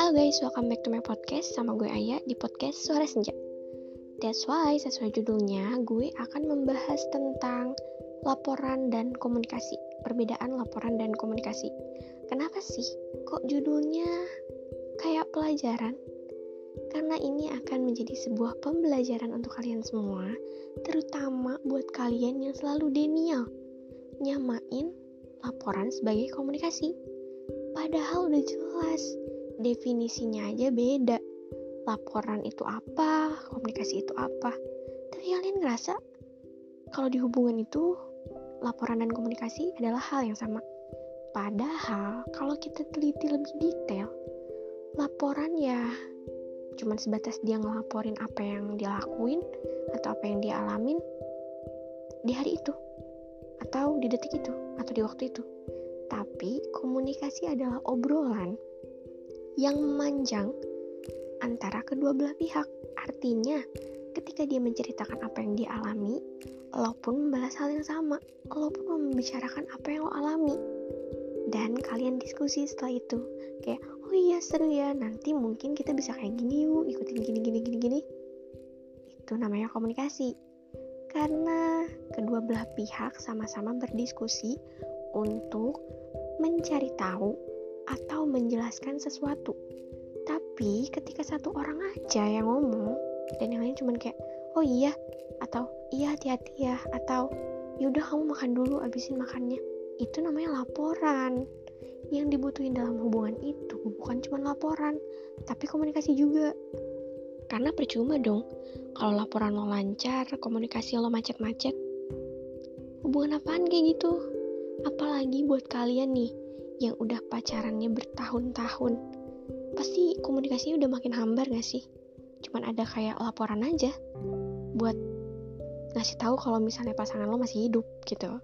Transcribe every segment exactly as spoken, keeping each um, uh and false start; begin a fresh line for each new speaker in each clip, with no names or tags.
Halo guys, welcome back to my podcast sama gue Aya di podcast Suara Senja. That's why sesuai judulnya, gue akan membahas tentang laporan dan komunikasi. Perbedaan laporan dan komunikasi. Kenapa sih kok judulnya kayak pelajaran? Karena ini akan menjadi sebuah pembelajaran untuk kalian semua, terutama buat kalian yang selalu denial nyamain laporan sebagai komunikasi. Padahal udah jelas, definisinya aja beda. Laporan itu apa, komunikasi itu apa. Tapi kalian ngerasa kalau di hubungan itu laporan dan komunikasi adalah hal yang sama. Padahal kalau kita teliti lebih detail, laporan ya cuman sebatas dia ngelaporin apa yang dia lakuin atau apa yang dia alamin di hari itu, atau di detik itu, atau di waktu itu. Tapi komunikasi adalah obrolan yang memanjang antara kedua belah pihak. Artinya, ketika dia menceritakan apa yang dia alami, lo pun membalas hal yang sama. Lo pun membicarakan apa yang lo alami. Dan kalian diskusi setelah itu. Kayak, oh iya seru ya, nanti mungkin kita bisa kayak gini yuk, ikutin gini gini gini gini. Itu namanya komunikasi. Karena kedua belah pihak sama-sama berdiskusi untuk mencari tahu atau menjelaskan sesuatu. Tapi ketika satu orang aja yang ngomong dan yang lain cuman kayak, oh iya, atau iya hati-hati ya, atau yaudah kamu makan dulu, abisin makannya, itu namanya laporan. Yang dibutuhin dalam hubungan itu bukan cuma laporan, tapi komunikasi juga. Karena percuma dong kalau laporan lo lancar, komunikasi lo macet-macet. Hubungan apaan kayak gitu? Apalagi buat kalian nih yang udah pacarannya bertahun-tahun. Pasti komunikasinya udah makin hambar gak sih? Cuman ada kayak laporan aja buat ngasih tahu kalau misalnya pasangan lo masih hidup gitu.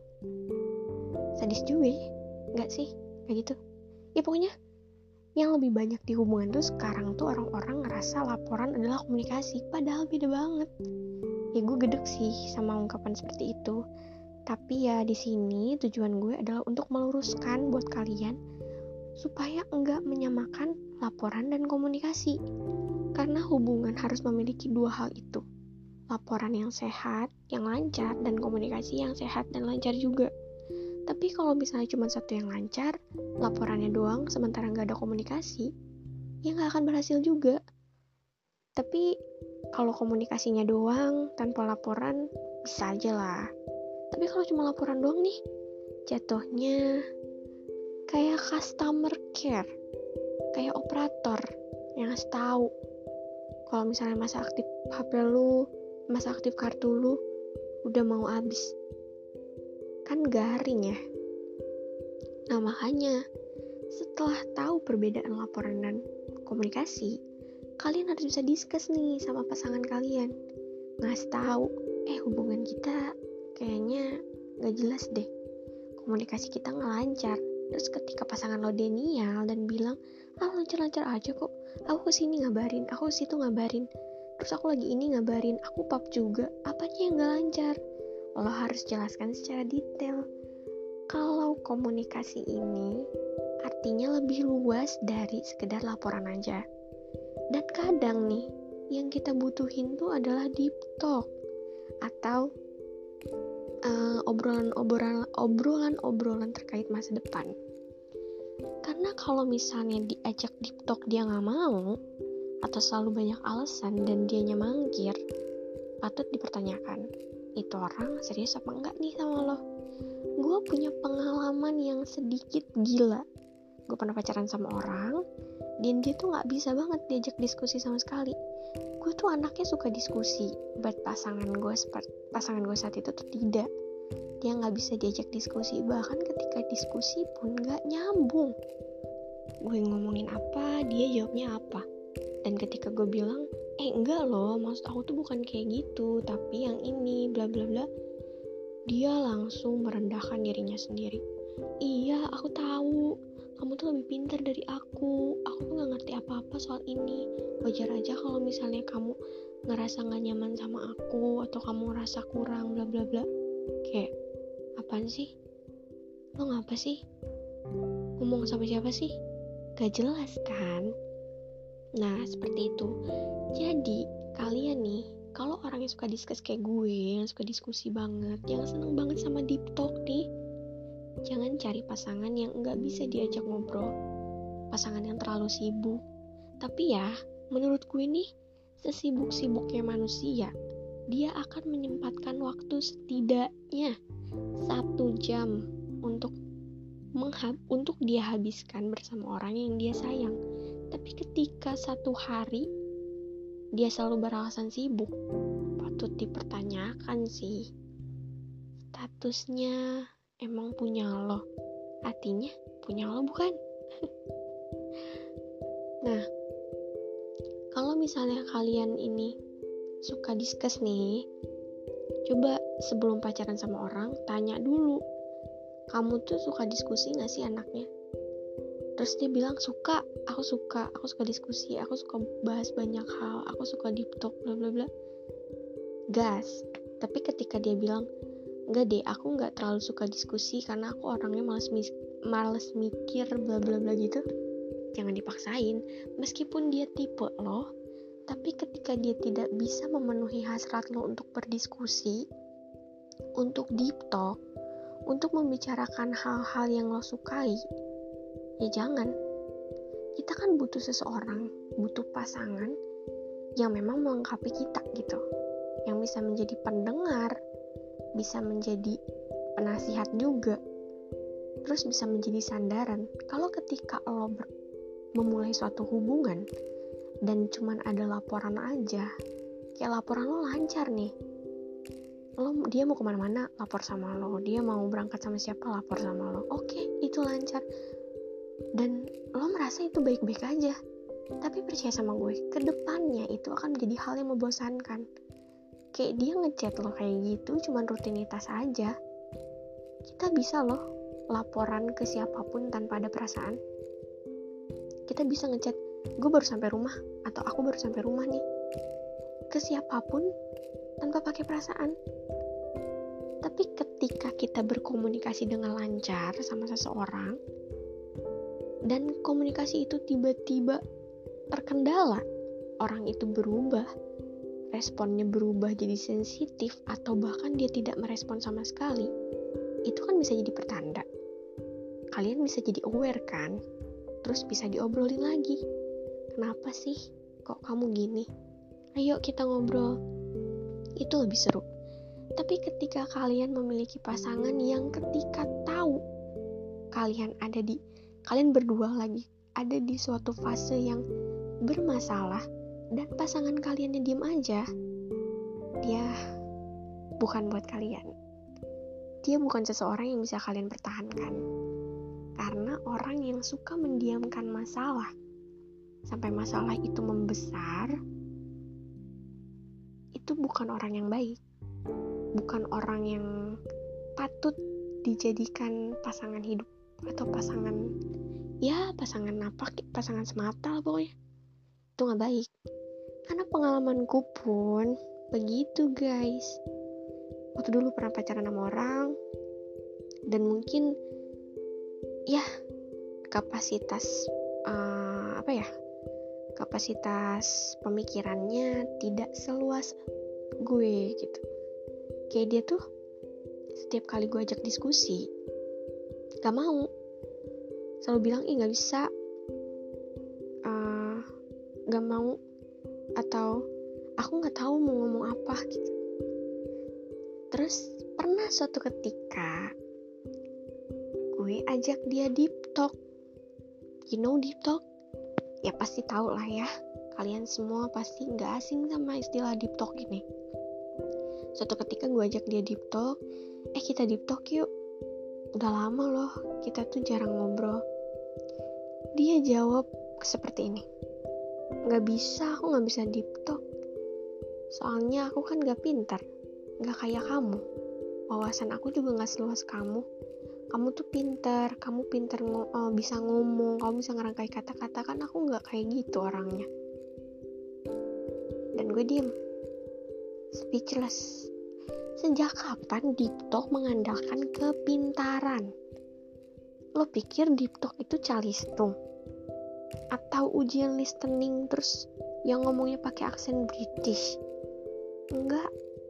Sadis juga ya, gak sih? Kayak gitu. Ya pokoknya yang lebih banyak di hubungan tuh sekarang tuh orang-orang ngerasa laporan adalah komunikasi, padahal beda banget. Ya gue gedek sih sama ungkapan seperti itu. Tapi ya di sini tujuan gue adalah untuk meluruskan buat kalian supaya enggak menyamakan laporan dan komunikasi. Karena hubungan harus memiliki dua hal itu. Laporan yang sehat, yang lancar, dan komunikasi yang sehat dan lancar juga. Tapi kalau misalnya cuma satu yang lancar, laporannya doang sementara nggak ada komunikasi, ya nggak akan berhasil juga. Tapi kalau komunikasinya doang tanpa laporan, bisa aja lah. Tapi kalau cuma laporan doang nih, jatuhnya kayak customer care, kayak operator yang ngasih tahu kalau misalnya masa aktif H P lu, masa aktif kartu lu udah mau habis. Kan garing ya. Nah makanya setelah tahu perbedaan laporan dan komunikasi, kalian harus bisa discuss nih sama pasangan kalian, ngasih tahu, eh hubungan kita kayaknya gak jelas deh, komunikasi kita gak lancar. Terus ketika pasangan lo denial dan bilang, ah lancar-lancar aja kok, aku kesini ngabarin, aku kesitu ngabarin, terus aku lagi ini ngabarin, aku pap juga, apanya yang gak lancar? Lo harus jelaskan secara detail. Kalau komunikasi ini artinya lebih luas dari sekedar laporan aja. Dan kadang nih, yang kita butuhin tuh adalah deep talk atau uh, obrolan-obrolan obrolan-obrolan terkait masa depan. Karena kalau misalnya diajak deep talk dia nggak mau atau selalu banyak alasan dan dianya mangkir, patut dipertanyakan, itu orang serius apa enggak nih sama lo? Gue punya pengalaman yang sedikit gila. Gue pernah pacaran sama orang dan dia tuh gak bisa banget diajak diskusi sama sekali. Gue tuh anaknya suka diskusi, but pasangan gue pasangan gue saat itu tuh tidak. Dia gak bisa diajak diskusi, bahkan ketika diskusi pun gak nyambung. Gue ngomongin apa, dia jawabnya apa. Dan ketika gue bilang, eh enggak loh, maksud aku tuh bukan kayak gitu, tapi yang ini, bla bla bla, dia langsung merendahkan dirinya sendiri. Iya, aku tahu, kamu tuh lebih pintar dari aku, aku tuh gak ngerti apa-apa soal ini, wajar aja kalau misalnya kamu ngerasa gak nyaman sama aku, atau kamu ngerasa kurang, bla bla bla. Kayak, apaan sih? Lo ngapa sih? Ngomong sama siapa sih? Gak jelas kan? Nah, seperti itu. Jadi, kalian nih, kalau orang yang suka diskus kayak gue, yang suka diskusi banget, yang seneng banget sama deep talk nih, jangan cari pasangan yang nggak bisa diajak ngobrol, pasangan yang terlalu sibuk. Tapi ya, menurut gue nih, sesibuk-sibuknya manusia, dia akan menyempatkan waktu setidaknya satu jam untuk menghab untuk dia habiskan bersama orang yang dia sayang. Tapi ketika satu hari dia selalu beralasan sibuk, patut dipertanyakan sih. Statusnya emang punya lo? Artinya punya lo bukan? Nah, kalau misalnya kalian ini suka diskus nih, coba sebelum pacaran sama orang, tanya dulu, kamu tuh suka diskusi gak sih anaknya? Terus dia bilang, suka, aku suka, aku suka diskusi, aku suka bahas banyak hal, aku suka deep talk, bla bla bla. Gas. Tapi ketika dia bilang, enggak deh, aku gak terlalu suka diskusi karena aku orangnya males, mis- males mikir, bla bla bla gitu, jangan dipaksain. Meskipun dia tipe lo, tapi ketika dia tidak bisa memenuhi hasrat lo untuk berdiskusi, untuk deep talk, untuk membicarakan hal-hal yang lo sukai, ya jangan. Kita kan butuh seseorang, butuh pasangan yang memang melengkapi kita gitu, yang bisa menjadi pendengar, bisa menjadi penasihat juga, terus bisa menjadi sandaran. Kalau ketika lo ber- memulai suatu hubungan dan cuman ada laporan aja, kayak laporan lo lancar nih, lo dia mau kemana-mana lapor sama lo, dia mau berangkat sama siapa lapor sama lo, oke, itu lancar dan lo merasa itu baik-baik aja. Tapi percaya sama gue, kedepannya itu akan menjadi hal yang membosankan. Kayak dia ngechat lo kayak gitu cuman rutinitas aja. Kita bisa loh laporan ke siapapun tanpa ada perasaan. Kita bisa ngechat, gue baru sampai rumah, atau aku baru sampai rumah nih, ke siapapun tanpa pakai perasaan. Tapi ketika kita berkomunikasi dengan lancar sama seseorang dan komunikasi itu tiba-tiba terkendala, orang itu berubah, responnya berubah jadi sensitif, atau bahkan dia tidak merespon sama sekali, itu kan bisa jadi pertanda. Kalian bisa jadi aware kan, terus bisa diobrolin lagi. Kenapa sih kok kamu gini? Ayo kita ngobrol. Itu lebih seru. Tapi ketika kalian memiliki pasangan yang ketika tahu kalian ada di kalian berdua lagi ada di suatu fase yang bermasalah dan pasangan kaliannya diem aja, dia bukan buat kalian. Dia bukan seseorang yang bisa kalian pertahankan. Karena orang yang suka mendiamkan masalah sampai masalah itu membesar, itu bukan orang yang baik, bukan orang yang patut dijadikan pasangan hidup atau pasangan, ya pasangan apa, pasangan semata lah pokoknya. Itu gak baik. Karena pengalamanku pun begitu guys. Waktu dulu pernah pacaran sama orang, dan mungkin ya kapasitas uh, apa ya kapasitas pemikirannya tidak seluas gue gitu. Kayak dia tuh setiap kali gue ajak diskusi gak mau, selalu bilang ih gak bisa, uh, gak mau, atau aku gak tahu mau ngomong apa gitu. Terus pernah suatu ketika gue ajak dia deep talk. You know deep talk? Ya pasti tahu lah ya, kalian semua pasti gak asing sama istilah deep talk ini. Suatu ketika gue ajak dia deep talk, eh kita deep talk yuk, udah lama loh kita tuh jarang ngobrol. Dia jawab seperti ini, gak bisa, aku gak bisa deep talk, soalnya aku kan gak pintar, gak kayak kamu, wawasan aku juga gak seluas kamu. Kamu tuh pintar, kamu pintar ngo- oh, bisa ngomong, kamu bisa ngerangkai kata-kata, kan aku gak kayak gitu orangnya. Dan gue diem, speechless. Sejak kapan deep talk mengandalkan kepintaran? Lo pikir deep talk itu calistung? atau ujian listening terus yang ngomongnya pakai aksen British. Enggak.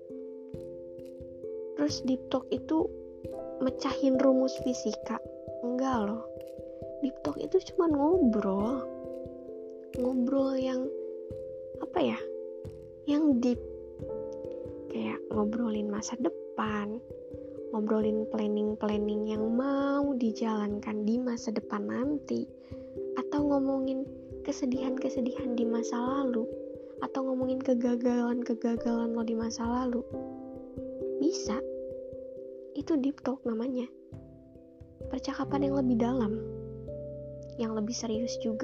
Terus deep talk itu mecahin rumus fisika. Enggak loh. Deep talk itu cuma ngobrol. Ngobrol yang apa ya? Yang deep. Kayak ngobrolin masa depan, ngobrolin planning-planning yang mau dijalankan di masa depan nanti, atau ngomongin kesedihan-kesedihan di masa lalu, atau ngomongin kegagalan-kegagalan lo di masa lalu. Bisa. Itu deep talk namanya. Percakapan yang lebih dalam, yang lebih serius juga.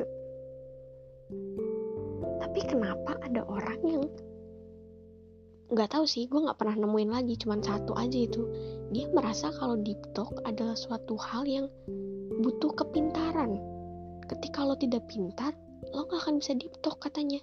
Tapi kenapa ada orang yang nggak tahu sih, gue nggak pernah nemuin lagi, cuman satu aja itu. Dia merasa kalau deep talk adalah suatu hal yang butuh kepintaran. Ketika lo tidak pintar, lo nggak akan bisa deep talk katanya.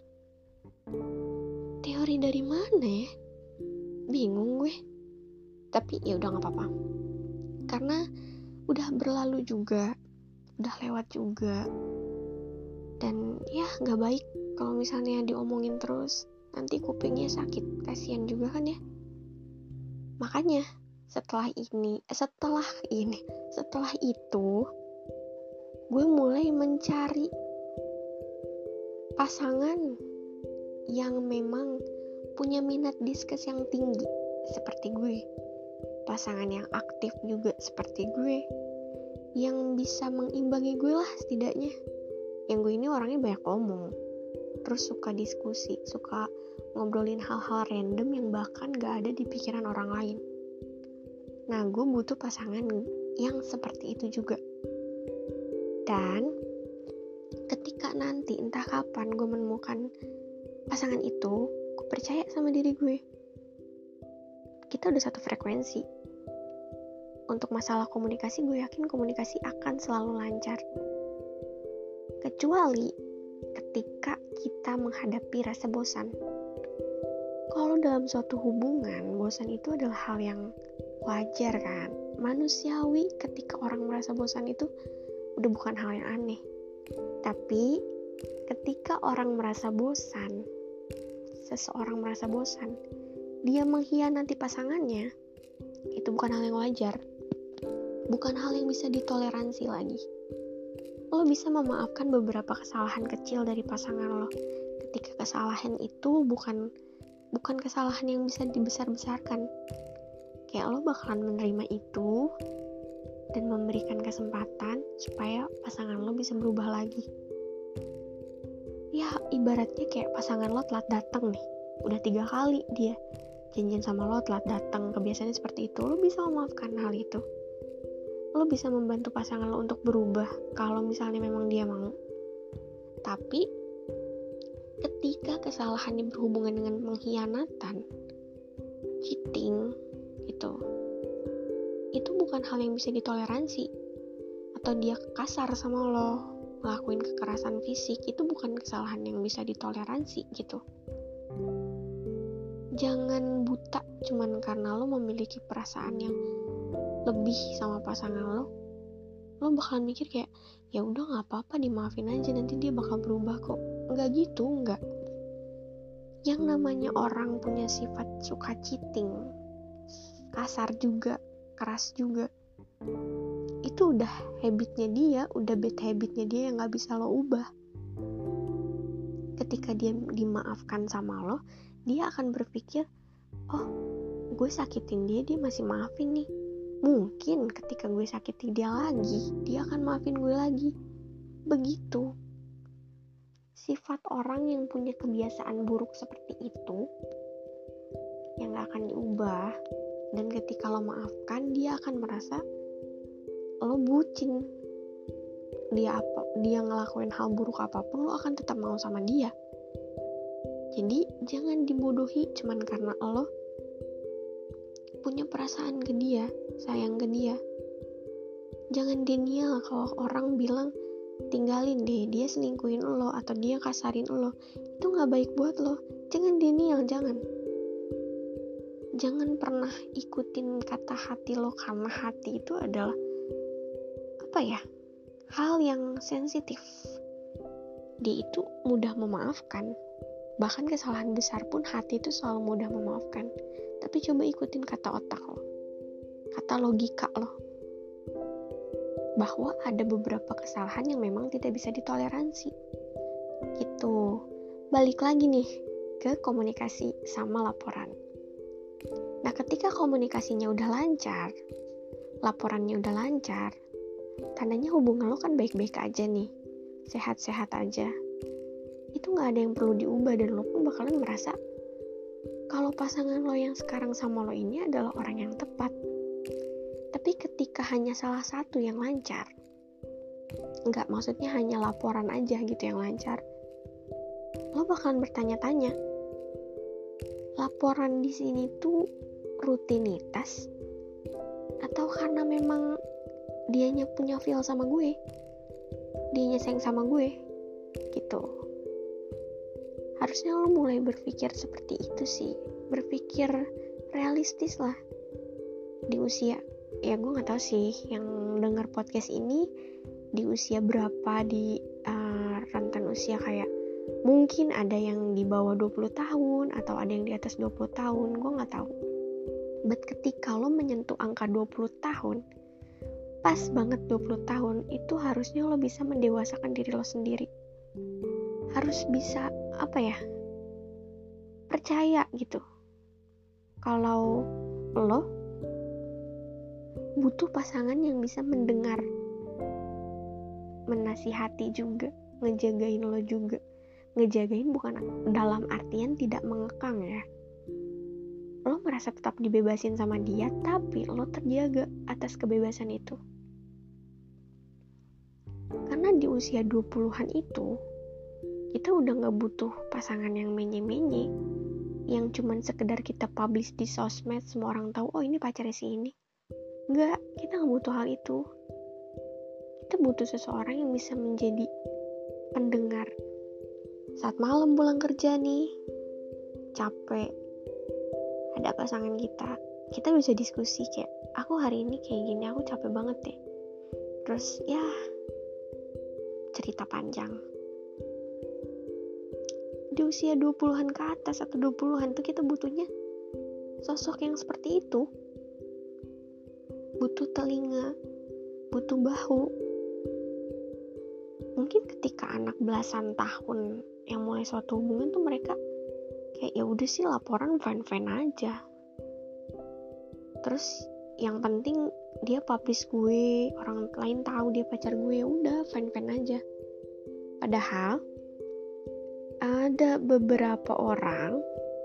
Teori dari mana ya? Bingung gue. Tapi ya udah nggak apa-apa. Karena udah berlalu juga, udah lewat juga. Dan ya nggak baik kalau misalnya diomongin terus. Nanti kupingnya sakit, kasihan juga kan ya. Makanya setelah ini, eh, setelah ini, setelah itu, gue mulai mencari pasangan yang memang punya minat diskus yang tinggi seperti gue, pasangan yang aktif juga seperti gue, yang bisa mengimbangi gue lah setidaknya. Yang gue ini orangnya banyak ngomong, terus suka diskusi, suka ngobrolin hal-hal random yang bahkan gak ada di pikiran orang lain. Nah, gue butuh pasangan yang seperti itu juga. Dan ketika nanti entah kapan gue menemukan pasangan itu, gue percaya sama diri gue. Kita udah satu frekuensi. Untuk masalah komunikasi, gue yakin komunikasi akan selalu lancar. Kecuali ketika kita menghadapi rasa bosan. Kalau dalam suatu hubungan, bosan itu adalah hal yang wajar kan, manusiawi. Ketika orang merasa bosan itu udah bukan hal yang aneh. Tapi ketika orang merasa bosan, seseorang merasa bosan, dia mengkhianati pasangannya, itu bukan hal yang wajar, bukan hal yang bisa ditoleransi lagi. Lo bisa memaafkan beberapa kesalahan kecil dari pasangan lo ketika kesalahan itu bukan bukan kesalahan yang bisa dibesar-besarkan. Kayak lo bakalan menerima itu dan memberikan kesempatan supaya pasangan lo bisa berubah lagi. Ya ibaratnya kayak pasangan lo telat datang nih, udah tiga kali dia janjian sama lo telat datang, kebiasaannya seperti itu. Lo bisa memaafkan hal itu. Lo bisa membantu pasangan lo untuk berubah kalau misalnya memang dia mau. Tapi ketika kesalahannya berhubungan dengan pengkhianatan, cheating, itu itu bukan hal yang bisa ditoleransi. Atau dia kasar sama lo, ngelakuin kekerasan fisik, itu bukan kesalahan yang bisa ditoleransi gitu. Jangan buta cuman karena lo memiliki perasaan yang lebih sama pasangan lo. Lo bakalan mikir kayak, ya udah nggak apa-apa, dimaafin aja, nanti dia bakal berubah kok. Nggak gitu, nggak. Yang namanya orang punya sifat suka cheating, kasar juga, keras juga, itu udah habitnya dia, udah bad habitnya dia yang nggak bisa lo ubah. Ketika dia dimaafkan sama lo, dia akan berpikir, oh gue sakitin dia, dia masih maafin nih. Mungkin ketika gue sakitin dia lagi, dia akan maafin gue lagi. Begitu. Sifat orang yang punya kebiasaan buruk seperti itu yang gak akan diubah. Dan ketika lo maafkan, dia akan merasa lo bucin. Dia apa, dia ngelakuin hal buruk apapun, lo akan tetap mau sama dia. Jadi jangan dibodohi cuman karena lo punya perasaan ke dia, sayang ke dia. Jangan denial kalau orang bilang tinggalin deh, dia selingkuhin lo atau dia kasarin lo. Itu gak baik buat lo. Jangan denial, jangan. Jangan pernah ikutin kata hati lo, karena hati itu adalah apa ya, hal yang sensitif. dia itu mudah memaafkan. Bahkan kesalahan besar pun hati itu selalu mudah memaafkan. Tapi coba ikutin kata otak lo, kata logika lo, bahwa ada beberapa kesalahan yang memang tidak bisa ditoleransi. Gitu. Balik lagi nih ke komunikasi sama laporan. Nah, ketika komunikasinya udah lancar, laporannya udah lancar, tandanya hubungan lo kan baik-baik aja nih, sehat-sehat aja. Itu gak ada yang perlu diubah, dan lo pun bakalan merasa kalau pasangan lo yang sekarang sama lo ini adalah orang yang tepat. Tapi ketika hanya salah satu yang lancar, gak maksudnya hanya laporan aja gitu yang lancar, lo bakalan bertanya-tanya, laporan di sini tuh rutinitas atau karena memang dianya punya feel sama gue, dianya sayang sama gue gitu. Harusnya lo mulai berpikir seperti itu sih, berpikir realistis lah di usia, ya gue nggak tahu sih yang dengar podcast ini di usia berapa, di uh, rentan usia kayak mungkin ada yang di bawah dua puluh tahun atau ada yang di atas dua puluh tahun, gue nggak tahu. But ketika lo menyentuh angka dua puluh tahun, pas banget dua puluh tahun, itu harusnya lo bisa mendewasakan diri lo sendiri. Harus bisa, apa ya, percaya gitu. Kalau lo butuh pasangan yang bisa mendengar, menasihati juga, ngejagain lo juga. Ngejagain bukan dalam artian tidak mengekang ya. Lo merasa tetap dibebasin sama dia, tapi lo terjaga atas kebebasan itu. Karena di usia dua puluhan itu, kita udah gak butuh pasangan yang menye-menye, yang cuman sekedar kita publish di sosmed, semua orang tahu, oh ini pacarnya si ini. Enggak, kita gak butuh hal itu. Kita butuh seseorang yang bisa menjadi pendengar. Saat malam pulang kerja nih, capek, ada pasangan kita, kita bisa diskusi kayak, aku hari ini kayak gini, aku capek banget deh. Terus ya, cerita panjang. Di usia dua puluhan ke atas atau dua puluhan tuh kita butuhnya sosok yang seperti itu. Butuh telinga, butuh bahu. Mungkin ketika anak belasan tahun yang mulai suatu hubungan tuh mereka kayak ya udah sih laporan fine-fine aja. Terus yang penting dia publish gue, orang lain tahu dia pacar gue, ya udah fine-fine aja. Padahal ada beberapa orang,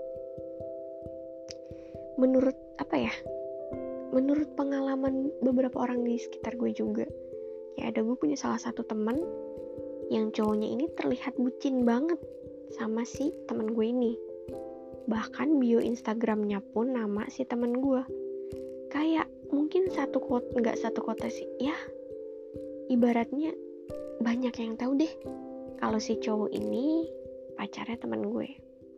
menurut apa ya, menurut pengalaman beberapa orang di sekitar gue juga, kayak ada gue punya salah satu teman yang cowoknya ini terlihat bucin banget sama si teman gue ini. Bahkan bio Instagramnya pun nama si teman gue. Kayak mungkin satu kota, nggak satu kota sih, ya ibaratnya banyak yang tahu deh kalau si cowok ini pacarnya teman gue.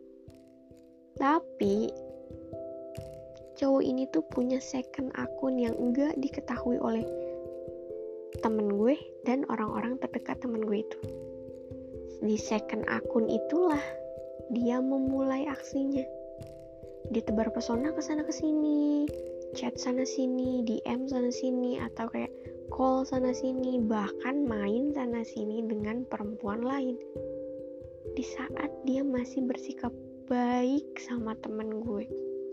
Tapi cowok ini tuh punya second akun yang enggak diketahui oleh temen gue dan orang-orang terdekat temen gue itu. Di second akun itulah dia memulai aksinya. Dia tebar pesona kesana kesini, chat sana sini, D M sana sini, atau kayak call sana sini, bahkan main sana sini dengan perempuan lain. Di saat dia masih bersikap baik sama temen gue.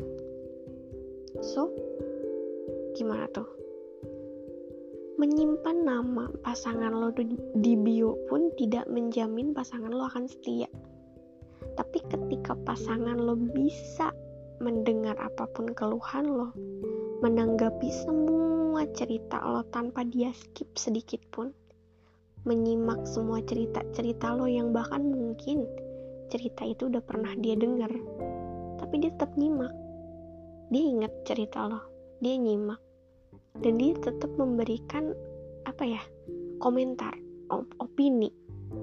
So, gimana tuh? Menyimpan nama pasangan lo di bio pun tidak menjamin pasangan lo akan setia. Tapi ketika pasangan lo bisa mendengar apapun keluhan lo, menanggapi semua cerita lo tanpa dia skip sedikit pun, menyimak semua cerita-cerita lo yang bahkan mungkin cerita itu udah pernah dia dengar, tapi dia tetap nyimak. Dia ingat cerita lo, dia nyimak. Dan dia tetap memberikan apa ya, komentar, op- opini.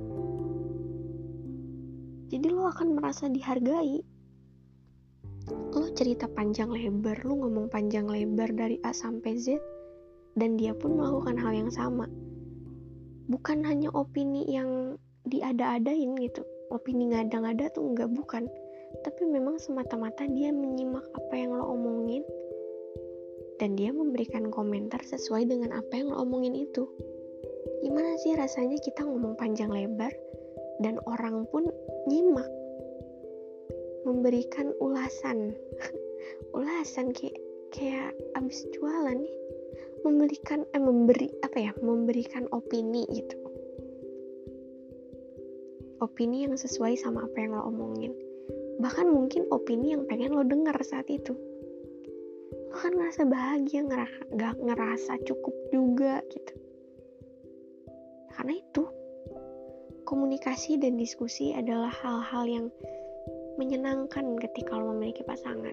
Jadi lo akan merasa dihargai. Lo cerita panjang lebar, lo ngomong panjang lebar dari A sampai Z, dan dia pun melakukan hal yang sama. Bukan hanya opini yang diada-adain gitu. Opini ngada-ngada tuh enggak, bukan. Tapi memang semata-mata dia menyimak apa yang lo omongin dan dia memberikan komentar sesuai dengan apa yang lo omongin itu. Gimana sih rasanya kita ngomong panjang lebar dan orang pun nyimak, memberikan ulasan ulasan kayak kayak abis jualan nih, memberikan eh memberi apa ya memberikan opini gitu, opini yang sesuai sama apa yang lo omongin, bahkan mungkin opini yang pengen lo dengar saat itu. Lo kan ngerasa bahagia, ngerasa, gak ngerasa cukup juga gitu. Karena itu komunikasi dan diskusi adalah hal-hal yang menyenangkan ketika lo memiliki pasangan.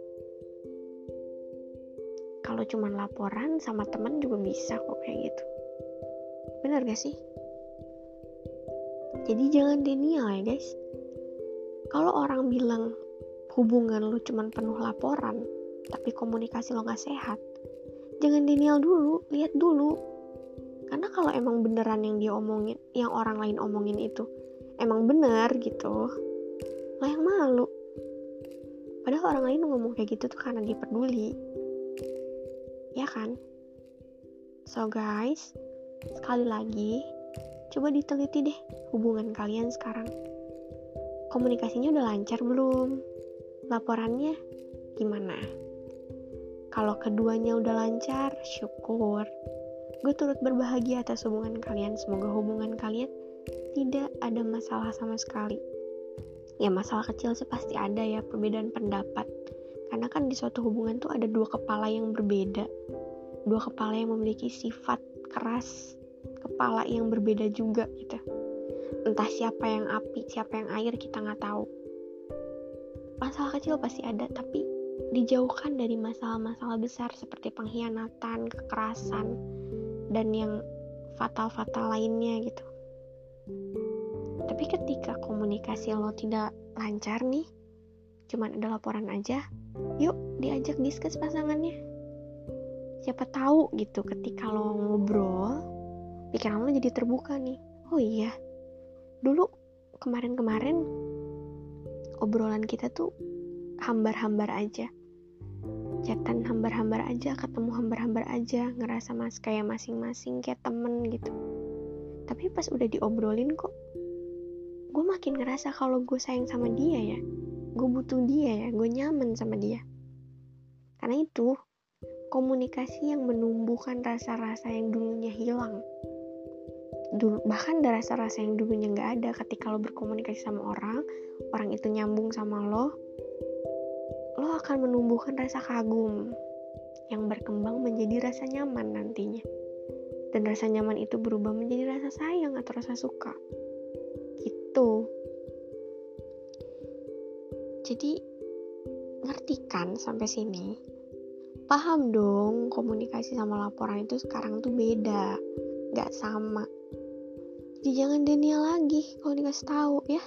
Kalau cuma laporan sama teman juga bisa kok kayak gitu. Bener gak sih? Jadi jangan denial ya guys. Kalau orang bilang hubungan lo cuma penuh laporan, tapi komunikasi lo gak sehat, jangan denial dulu, lihat dulu. Karena kalau emang beneran yang dia omongin, yang orang lain omongin itu emang bener gitu, lo yang malu. Padahal orang lain ngomong kayak gitu tuh karena dia peduli, ya kan? So guys, sekali lagi, coba diteliti deh hubungan kalian sekarang. Komunikasinya udah lancar belum? Laporannya gimana? Kalau keduanya udah lancar, syukur. Gue turut berbahagia atas hubungan kalian. Semoga hubungan kalian tidak ada masalah sama sekali. Ya masalah kecil sih pasti ada ya, perbedaan pendapat. Karena kan di suatu hubungan tuh ada dua kepala yang berbeda. Dua kepala yang memiliki sifat keras, kepala yang berbeda juga gitu. Entah siapa yang api, siapa yang air, kita gak tahu. Masalah kecil pasti ada, tapi dijauhkan dari masalah-masalah besar seperti pengkhianatan, kekerasan, dan yang fatal-fatal lainnya gitu. Tapi ketika komunikasi lo tidak lancar nih, cuman ada laporan aja, yuk diajak diskus pasangannya. Siapa tahu gitu ketika lo ngobrol, pikiran lo jadi terbuka nih. Oh iya, dulu kemarin-kemarin obrolan kita tuh hambar-hambar aja, chatan hambar-hambar aja, ketemu hambar-hambar aja, ngerasa mas kayak masing-masing kayak temen gitu. Tapi pas udah diobrolin kok, gue makin ngerasa kalau gue sayang sama dia ya, gue butuh dia ya, gue nyaman sama dia. Karena itu komunikasi yang menumbuhkan rasa-rasa yang dulunya hilang. Dulu, bahkan ada rasa-rasa yang dulunya nggak ada ketika lo berkomunikasi sama orang, orang itu nyambung sama lo, lo akan menumbuhkan rasa kagum yang berkembang menjadi rasa nyaman nantinya. Dan rasa nyaman itu berubah menjadi rasa sayang atau rasa suka. Gitu. Jadi ngerti kan sampai sini? Paham dong, komunikasi sama laporan itu sekarang tuh beda, nggak sama. Jadi jangan denial lagi kalau dikasih tahu ya.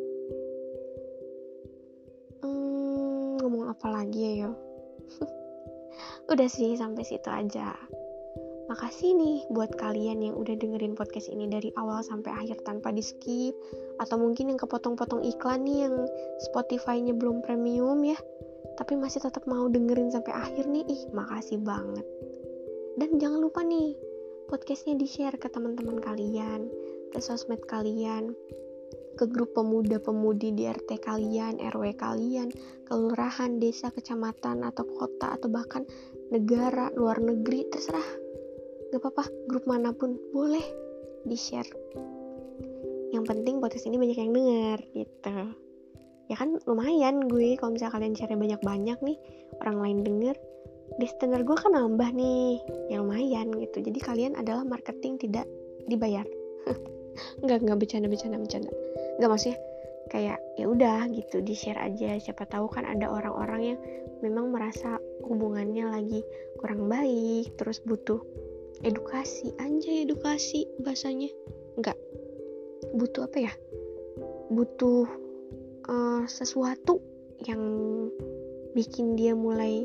Hmm, ngomong apa lagi ya yo? Udah sih sampai situ aja. Makasih nih buat kalian yang udah dengerin podcast ini dari awal sampai akhir tanpa di skip, atau mungkin yang kepotong-potong iklan nih yang Spotify-nya belum premium ya, tapi masih tetap mau dengerin sampai akhir nih. Ih, makasih banget. Dan jangan lupa nih, podcastnya di-share ke teman-teman kalian, ke sosmed kalian, ke grup pemuda-pemudi di R T kalian, R W kalian, kelurahan, desa, kecamatan, atau kota, atau bahkan negara, luar negeri, terserah. Gak apa-apa, grup manapun boleh di-share. Yang penting podcast ini banyak yang denger gitu. Ya kan lumayan gue kalau misalnya kalian share banyak-banyak nih, orang lain denger, listener gue kan nambah nih, ya lumayan gitu. Jadi kalian adalah marketing tidak dibayar. Enggak, enggak bercanda, bercanda, bercanda. Enggak, maksudnya kayak ya udah gitu, di-share aja. Siapa tahu kan ada orang-orang yang memang merasa hubungannya lagi kurang baik, terus butuh edukasi. Anjay, edukasi bahasanya. Enggak. Butuh apa ya? Butuh uh, sesuatu yang bikin dia mulai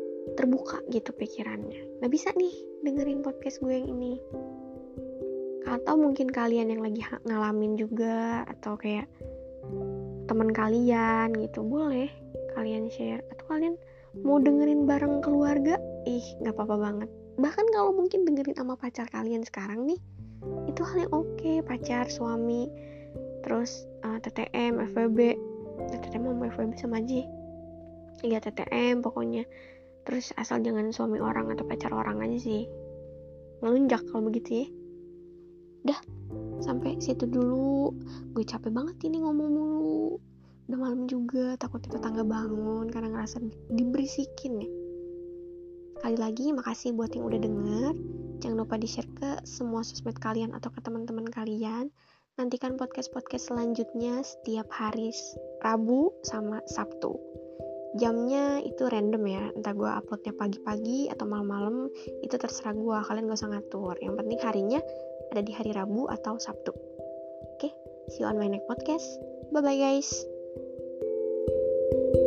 terbuka gitu pikirannya. Nah bisa nih dengerin podcast gue yang ini. Atau mungkin kalian yang lagi ngalamin juga, atau kayak teman kalian gitu, boleh kalian share. Atau kalian mau dengerin bareng keluarga, ih gak apa-apa banget. Bahkan kalau mungkin dengerin sama pacar kalian sekarang nih, itu hal yang oke. Pacar, suami, terus uh, T T M, F W B, T T M sama F W B sama aja ya, T T M pokoknya. Terus asal jangan suami orang atau pacar orang aja sih, ngelunjak kalau begitu ya. Dah, sampai situ dulu. Gue capek banget ini ngomong mulu, udah malam juga, takutnya tetangga bangun karena ngerasa diberisikin ya. Sekali lagi makasih buat yang udah denger. Jangan lupa di-share ke semua sosmed kalian atau ke teman-teman kalian. Nantikan podcast-podcast selanjutnya setiap hari Rabu sama Sabtu. Jamnya itu random ya, entah gue uploadnya pagi-pagi atau malam-malam, itu terserah gue, kalian gak usah ngatur. Yang penting harinya ada di hari Rabu atau Sabtu. Oke, see you on my next podcast. Bye-bye guys.